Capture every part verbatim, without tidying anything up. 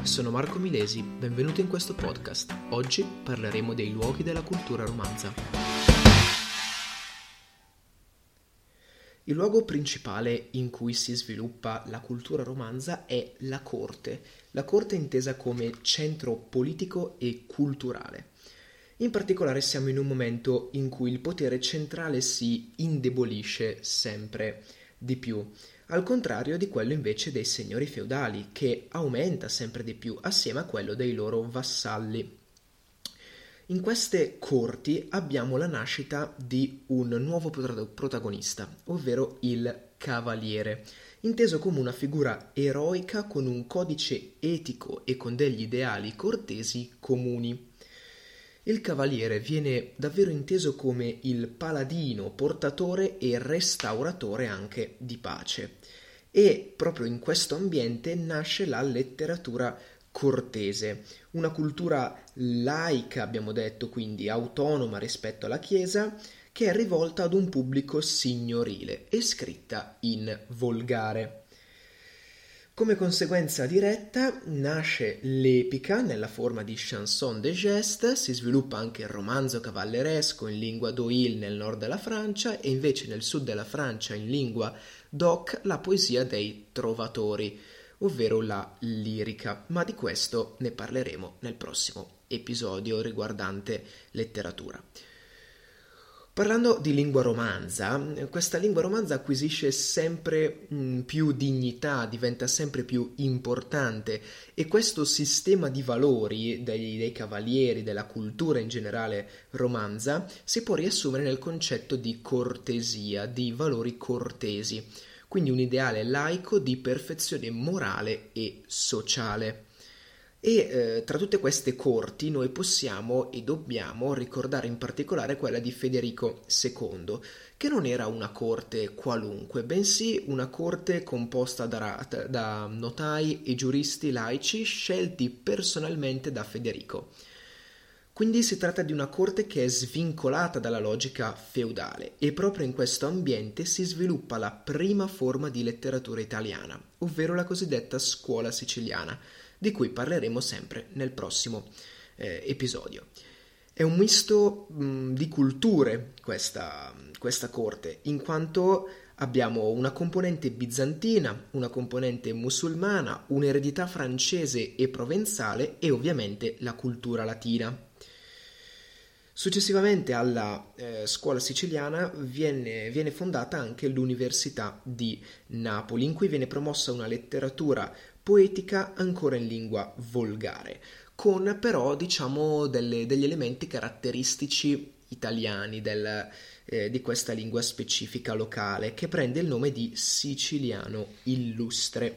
sono Marco Milesi, benvenuto in questo podcast. Oggi parleremo dei luoghi della cultura romanza. Il luogo principale in cui si sviluppa la cultura romanza è la corte, la corte intesa come centro politico e culturale. In particolare siamo in un momento in cui il potere centrale si indebolisce sempre di più, al contrario di quello invece dei signori feudali, che aumenta sempre di più assieme a quello dei loro vassalli. In queste corti abbiamo la nascita di un nuovo protagonista, ovvero il cavaliere, inteso come una figura eroica con un codice etico e con degli ideali cortesi comuni. Il cavaliere viene davvero inteso come il paladino, portatore e restauratore anche di pace. E proprio in questo ambiente nasce la letteratura cortese, una cultura laica, abbiamo detto, quindi autonoma rispetto alla Chiesa, che è rivolta ad un pubblico signorile e scritta in volgare. Come conseguenza diretta nasce l'epica nella forma di chanson de geste, si sviluppa anche il romanzo cavalleresco in lingua d'Oïl nel nord della Francia e invece nel sud della Francia in lingua d'Oc la poesia dei trovatori, ovvero la lirica, ma di questo ne parleremo nel prossimo episodio riguardante letteratura. Parlando di lingua romanza, questa lingua romanza acquisisce sempre mh, più dignità, diventa sempre più importante e questo sistema di valori dei, dei cavalieri, della cultura in generale romanza, si può riassumere nel concetto di cortesia, di valori cortesi, quindi un ideale laico di perfezione morale e sociale. E eh, tra tutte queste corti noi possiamo e dobbiamo ricordare in particolare quella di Federico secondo, che non era una corte qualunque, bensì una corte composta da, da notai e giuristi laici scelti personalmente da Federico. Quindi si tratta di una corte che è svincolata dalla logica feudale e proprio in questo ambiente si sviluppa la prima forma di letteratura italiana, ovvero la cosiddetta scuola siciliana, di cui parleremo sempre nel prossimo eh, episodio. È un misto mh, di culture questa, questa corte, in quanto abbiamo una componente bizantina, una componente musulmana, un'eredità francese e provenzale e ovviamente la cultura latina. Successivamente alla eh, scuola siciliana viene, viene fondata anche l'Università di Napoli, in cui viene promossa una letteratura poetica ancora in lingua volgare, con però diciamo delle, degli elementi caratteristici italiani del, eh, di questa lingua specifica locale, che prende il nome di siciliano illustre.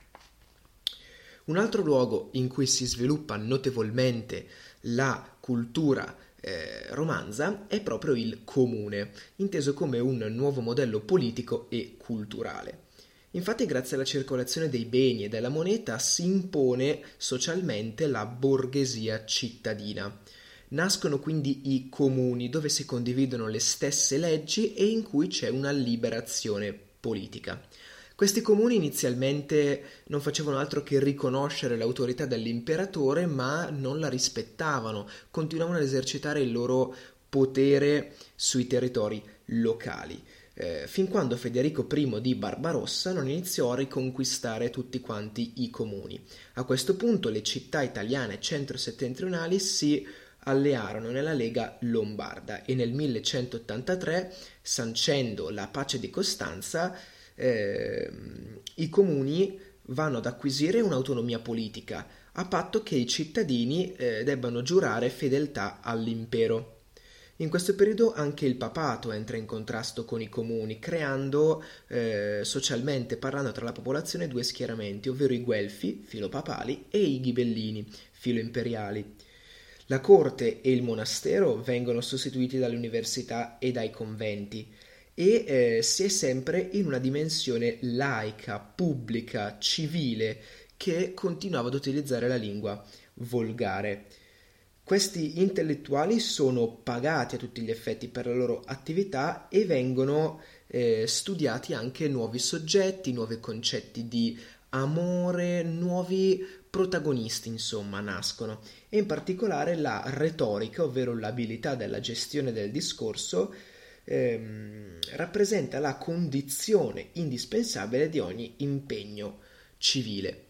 Un altro luogo in cui si sviluppa notevolmente la cultura Eh, romanza è proprio il comune, inteso come un nuovo modello politico e culturale. Infatti, grazie alla circolazione dei beni e della moneta si impone socialmente la borghesia cittadina. Nascono quindi i comuni, dove si condividono le stesse leggi e in cui c'è una liberazione politica. Questi comuni inizialmente non facevano altro che riconoscere l'autorità dell'imperatore, ma non la rispettavano, continuavano ad esercitare il loro potere sui territori locali, eh, fin quando Federico I di Barbarossa non iniziò a riconquistare tutti quanti i comuni. A questo punto le città italiane centro-settentrionali si allearono nella Lega Lombarda e nel millecentottantatré, sancendo la pace di Costanza, Eh, i comuni vanno ad acquisire un'autonomia politica a patto che i cittadini eh, debbano giurare fedeltà all'impero. In questo periodo anche il papato entra in contrasto con i comuni, creando eh, socialmente parlando tra la popolazione due schieramenti, ovvero i guelfi, filopapali, e i ghibellini, filoimperiali. La corte e il monastero vengono sostituiti dalle università e dai conventi, e eh, si è sempre in una dimensione laica, pubblica, civile, che continuava ad utilizzare la lingua volgare. Questi intellettuali sono pagati a tutti gli effetti per la loro attività e vengono eh, studiati anche nuovi soggetti, nuovi concetti di amore, nuovi protagonisti, insomma, nascono, e in particolare la retorica, ovvero l'abilità della gestione del discorso, ehm, rappresenta la condizione indispensabile di ogni impegno civile.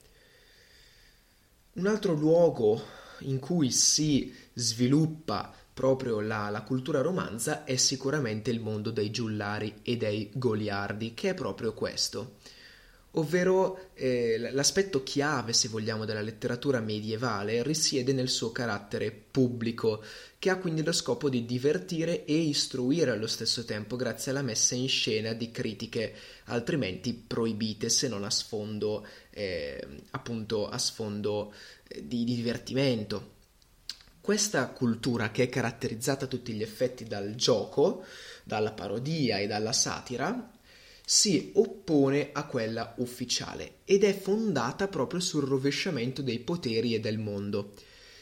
Un altro luogo in cui si sviluppa proprio la, la cultura romanza è sicuramente il mondo dei giullari e dei goliardi, che è proprio questo, ovvero eh, l'aspetto chiave, se vogliamo, della letteratura medievale risiede nel suo carattere pubblico, che ha quindi lo scopo di divertire e istruire allo stesso tempo grazie alla messa in scena di critiche altrimenti proibite, se non a sfondo, eh, appunto a sfondo eh, di, di divertimento. Questa cultura, che è caratterizzata a tutti gli effetti dal gioco, dalla parodia e dalla satira, si oppone a quella ufficiale ed è fondata proprio sul rovesciamento dei poteri e del mondo.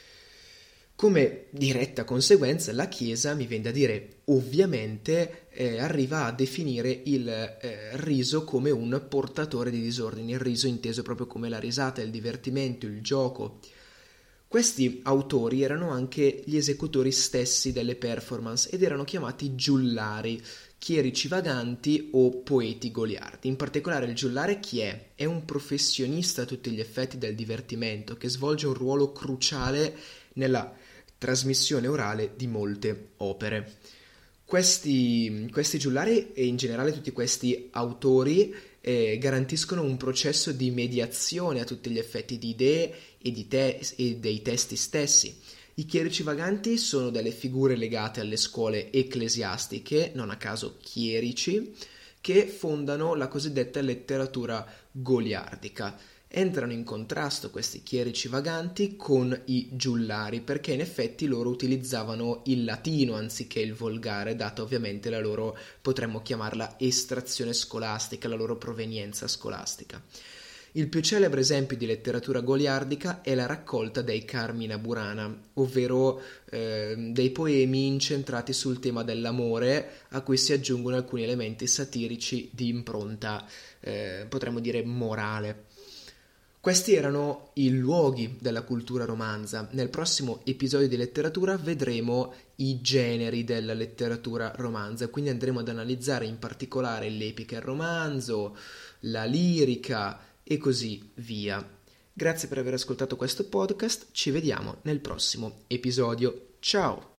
Come diretta conseguenza, la Chiesa, mi viene da dire, ovviamente eh, arriva a definire il eh, riso come un portatore di disordini, il riso inteso proprio come la risata, il divertimento, il gioco. Questi autori erano anche gli esecutori stessi delle performance ed erano chiamati giullari, chierici vaganti o poeti goliardi. In particolare il giullare chi è? È un professionista a tutti gli effetti del divertimento che svolge un ruolo cruciale nella trasmissione orale di molte opere. Questi, questi giullari e in generale tutti questi autori eh, garantiscono un processo di mediazione a tutti gli effetti di idee e, di te- e dei testi stessi. I chierici vaganti sono delle figure legate alle scuole ecclesiastiche, non a caso chierici, che fondano la cosiddetta letteratura goliardica. Entrano in contrasto questi chierici vaganti con i giullari, perché in effetti loro utilizzavano il latino anziché il volgare, data ovviamente la loro, potremmo chiamarla, estrazione scolastica, la loro provenienza scolastica. Il più celebre esempio di letteratura goliardica è la raccolta dei Carmina Burana, ovvero eh, dei poemi incentrati sul tema dell'amore, a cui si aggiungono alcuni elementi satirici di impronta, eh, potremmo dire, morale. Questi erano i luoghi della cultura romanza. Nel prossimo episodio di letteratura vedremo i generi della letteratura romanza, quindi andremo ad analizzare in particolare l'epica e il romanzo, la lirica e così via. Grazie per aver ascoltato questo podcast, ci vediamo nel prossimo episodio. Ciao!